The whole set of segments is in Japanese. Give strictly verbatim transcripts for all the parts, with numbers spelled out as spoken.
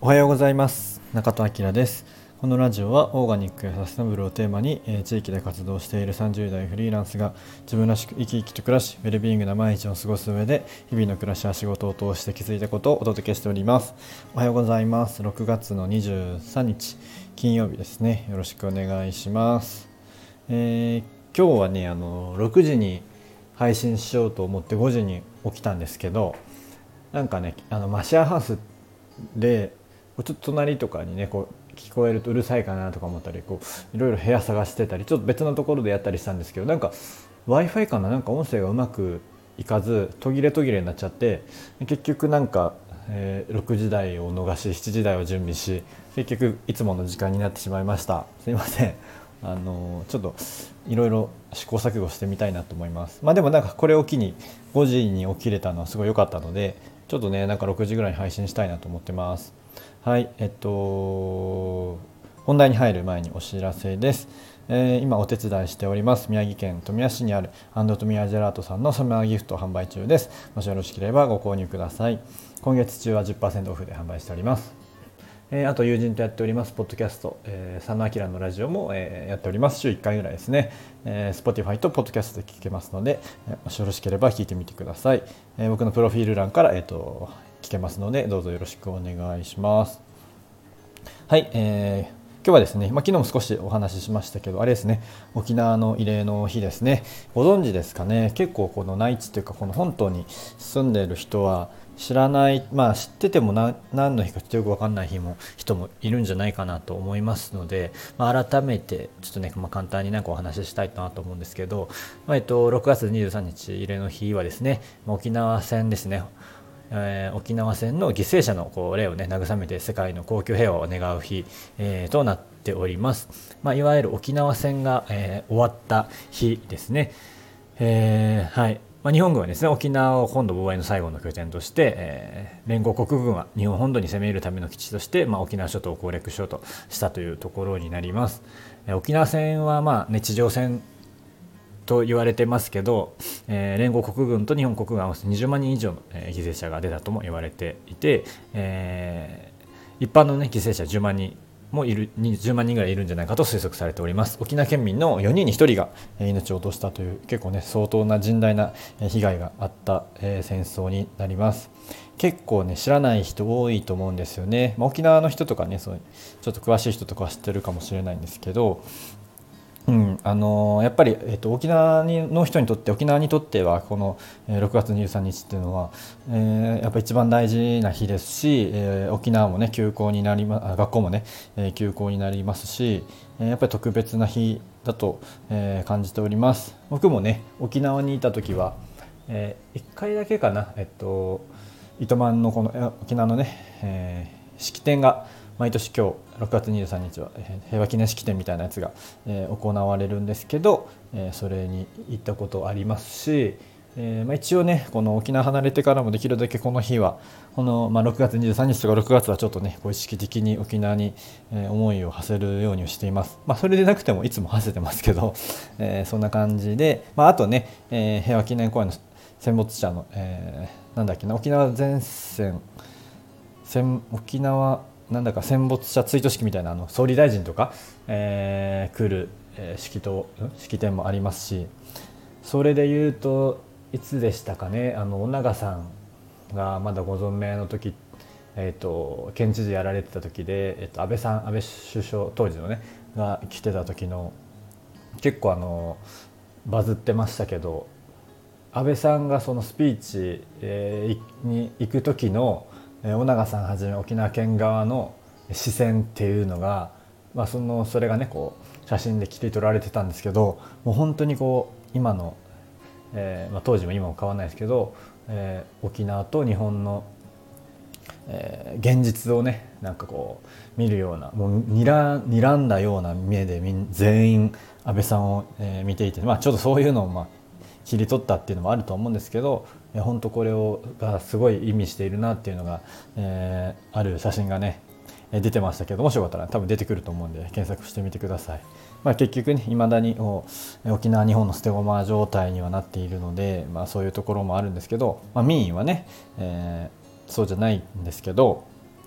おはようございます。中戸明です。このラジオはオーガニックやサステナブルをテーマに、えー、地域で活動しているさんじゅう代フリーランスが自分らしく生き生きと暮らし、ウェルビーイングな毎日を過ごす上で日々の暮らしや仕事を通して気づいたことをお届けしております。おはようございます。ろくがつのにじゅうさんにち金曜日ですね。よろしくお願いします。えー、今日はねあのろくじに配信しようと思ってごじに起きたんですけど、なんかねあのマシェアハウスでちょっと隣とかにねこう聞こえるとうるさいかなとか思ったり、こういろいろ部屋探してたり、ちょっと別のところでやったりしたんですけど、なんか Wi-Fi かな、なんか音声がうまくいかず途切れ途切れになっちゃって、結局なんか、えー、ろくじ台を逃ししちじ台を準備し、結局いつもの時間になってしまいました。すいません。あのー、ちょっといろいろ試行錯誤してみたいなと思います。まあでもなんかこれを機にごじに起きれたのはすごい良かったので、ちょっとねなんかろくじぐらいに配信したいなと思ってます。はい、えっと本題に入る前にお知らせです。えー、今お手伝いしております宮城県富谷市にあるアンド富谷ジェラートさんのサマーギフトを販売中です。もしよろしければご購入ください。今月中は じゅっパーセント オフで販売しております。えー、あと友人とやっておりますポッドキャスト、えー、佐野明のラジオも、えー、やっております。週いっかいぐらいですね、えー、Spotify とポッドキャストで聞けますので、えー、もしよろしければ聞いてみてください。えー、僕のプロフィール欄から、えーと、聞けますのでどうぞよろしくお願いします。はい、えー、今日はですね、まあ、昨日も少しお話ししましたけど、あれですね、沖縄の慰霊の日ですね。ご存知ですかね。結構この内地というかこの本島に住んでいる人は知らない、まあ知ってても何何の日かちょっとよく分かんない日も人もいるんじゃないかなと思いますので、まあ、改めてちょっとね、まあ、簡単になんかお話ししたいなと思うんですけど、まあ、えっとろくがつにじゅうさんにち慰霊の日はですね、沖縄戦ですね。えー、沖縄戦の犠牲者のこう霊を、ね、慰めて世界の恒久平和を願う日、えー、となっております。まあ、いわゆる沖縄戦が、えー、終わった日ですね。えーはいまあ、日本軍はですね、沖縄を本土防衛の最後の拠点として、えー、連合国軍は日本本土に攻め入るための基地として、まあ、沖縄諸島を攻略しようとしたというところになります。えー、沖縄戦は、まあね、地上戦と言われてますけど、えー、連合国軍と日本国軍合わせてにじゅうまんにん以上の、えー、犠牲者が出たとも言われていて、えー、一般の、ね、犠牲者じゅうまんにんもいるじゅうまんにんぐらいいるんじゃないかと推測されております。沖縄県民のよにんにひとりが命を落としたという結構ね相当な甚大な被害があった、えー、戦争になります。結構ね知らない人多いと思うんですよね。まあ、沖縄の人とかねそうちょっと詳しい人とかは知ってるかもしれないんですけど、うんあのー、やっぱり、えっと、沖縄の人にとって沖縄にとってはこのろくがつにじゅうさんにちっていうのは、えー、やっぱ一番大事な日ですし、えー、沖縄もね休校になりま学校もね、えー、休校になりますし、えー、やっぱり特別な日だと、えー、感じております。僕もね沖縄にいた時は、えー、いっかいだけかな、えっと、糸満のこの沖縄のね、えー、式典が毎年今日ろくがつにじゅうさんにちは平和記念式典みたいなやつが行われるんですけど、それに行ったことありますし、まあ、一応ねこの沖縄離れてからもできるだけこの日はこの、まあ、ろくがつにじゅうさんにちとかろくがつはちょっとねこう意識的に沖縄に思いを馳せるようにしています。まあ、それでなくてもいつも馳せてますけど、えー、そんな感じで、まあ、あとね、えー、平和記念公園の戦没者の、えー、なんだっけな沖縄全線沖縄なんだか戦没者追悼式みたいなあの総理大臣とか、えー、来る、えー、式と式典もありますし、それで言うといつでしたかね、あの尾長さんがまだご存命の時、えー、と県知事やられてた時で、えー、と安倍さん安倍首相当時のねが来てた時の結構あのバズってましたけど、安倍さんがそのスピーチ、えー、に行く時の尾長さんはじめ沖縄県側の視線っていうのが、まあ、そのそれがねこう写真で切り取られてたんですけど、もう本当にこう今の、えーまあ、当時も今も変わらないですけど、えー、沖縄と日本の、えー、現実をねなんかこう見るような、もうにら睨んだような目で全員安倍さんを、えー、見ていて、まあ、ちょっとそういうのをまあ切り取ったっていうのもあると思うんですけど、本当これをがすごい意味しているなっていうのが、えー、ある写真がね出てましたけど、もしよかったら多分出てくると思うんで検索してみてください。まあ、結局ね未だに沖縄日本の捨て駒状態にはなっているので、まあ、そういうところもあるんですけど、まあ、民意はね、えー、そうじゃないんですけど、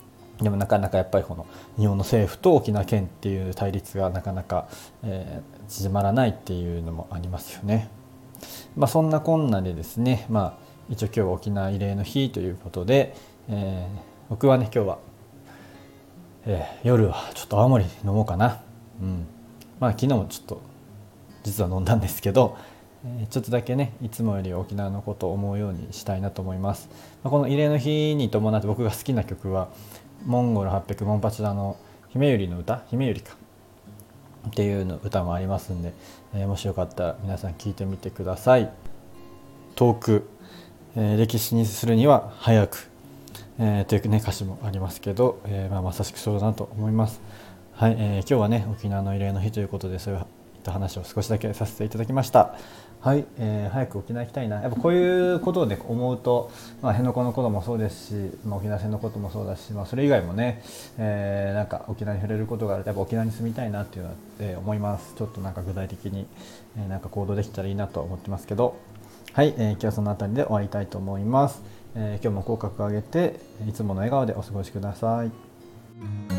でもなかなかやっぱりこの日本の政府と沖縄県っていう対立がなかなか、えー、縮まらないっていうのもありますよね。まあ、そんなこんなでですね、まあ、一応今日は沖縄慰霊の日ということで、えー、僕はね今日は、えー、夜はちょっと青森飲もうかな、うん、まあ昨日もちょっと実は飲んだんですけど、えー、ちょっとだけねいつもより沖縄のことを思うようにしたいなと思います。まあ、この慰霊の日に伴って僕が好きな曲はモンゴルはっぴゃくモンパチダの姫百合の歌姫百合かっていうの歌もありますんで、えー、もしよかったら皆さん聞いてみてください。遠く、えー、歴史にするには早く、えー、という、ね、歌詞もありますけど、えーまあ、まさしくそうだなと思います。はい、えー、今日はね沖縄の慰霊の日ということでそういった話を少しだけさせていただきました。はい、えー、早く沖縄行きたいな。やっぱこういうことで思うと、まあ、辺野古のこともそうですし、まあ、沖縄戦のこともそうだし、まあ、それ以外もね、えー、なんか沖縄に触れることがあるとやっぱ沖縄に住みたいなっていうのは、えー、思います。ちょっとなんか具体的に、えー、なんか行動できたらいいなと思ってますけど、はい、えー、今日はそのあたりで終わりたいと思います。えー、今日も口角を上げていつもの笑顔でお過ごしください。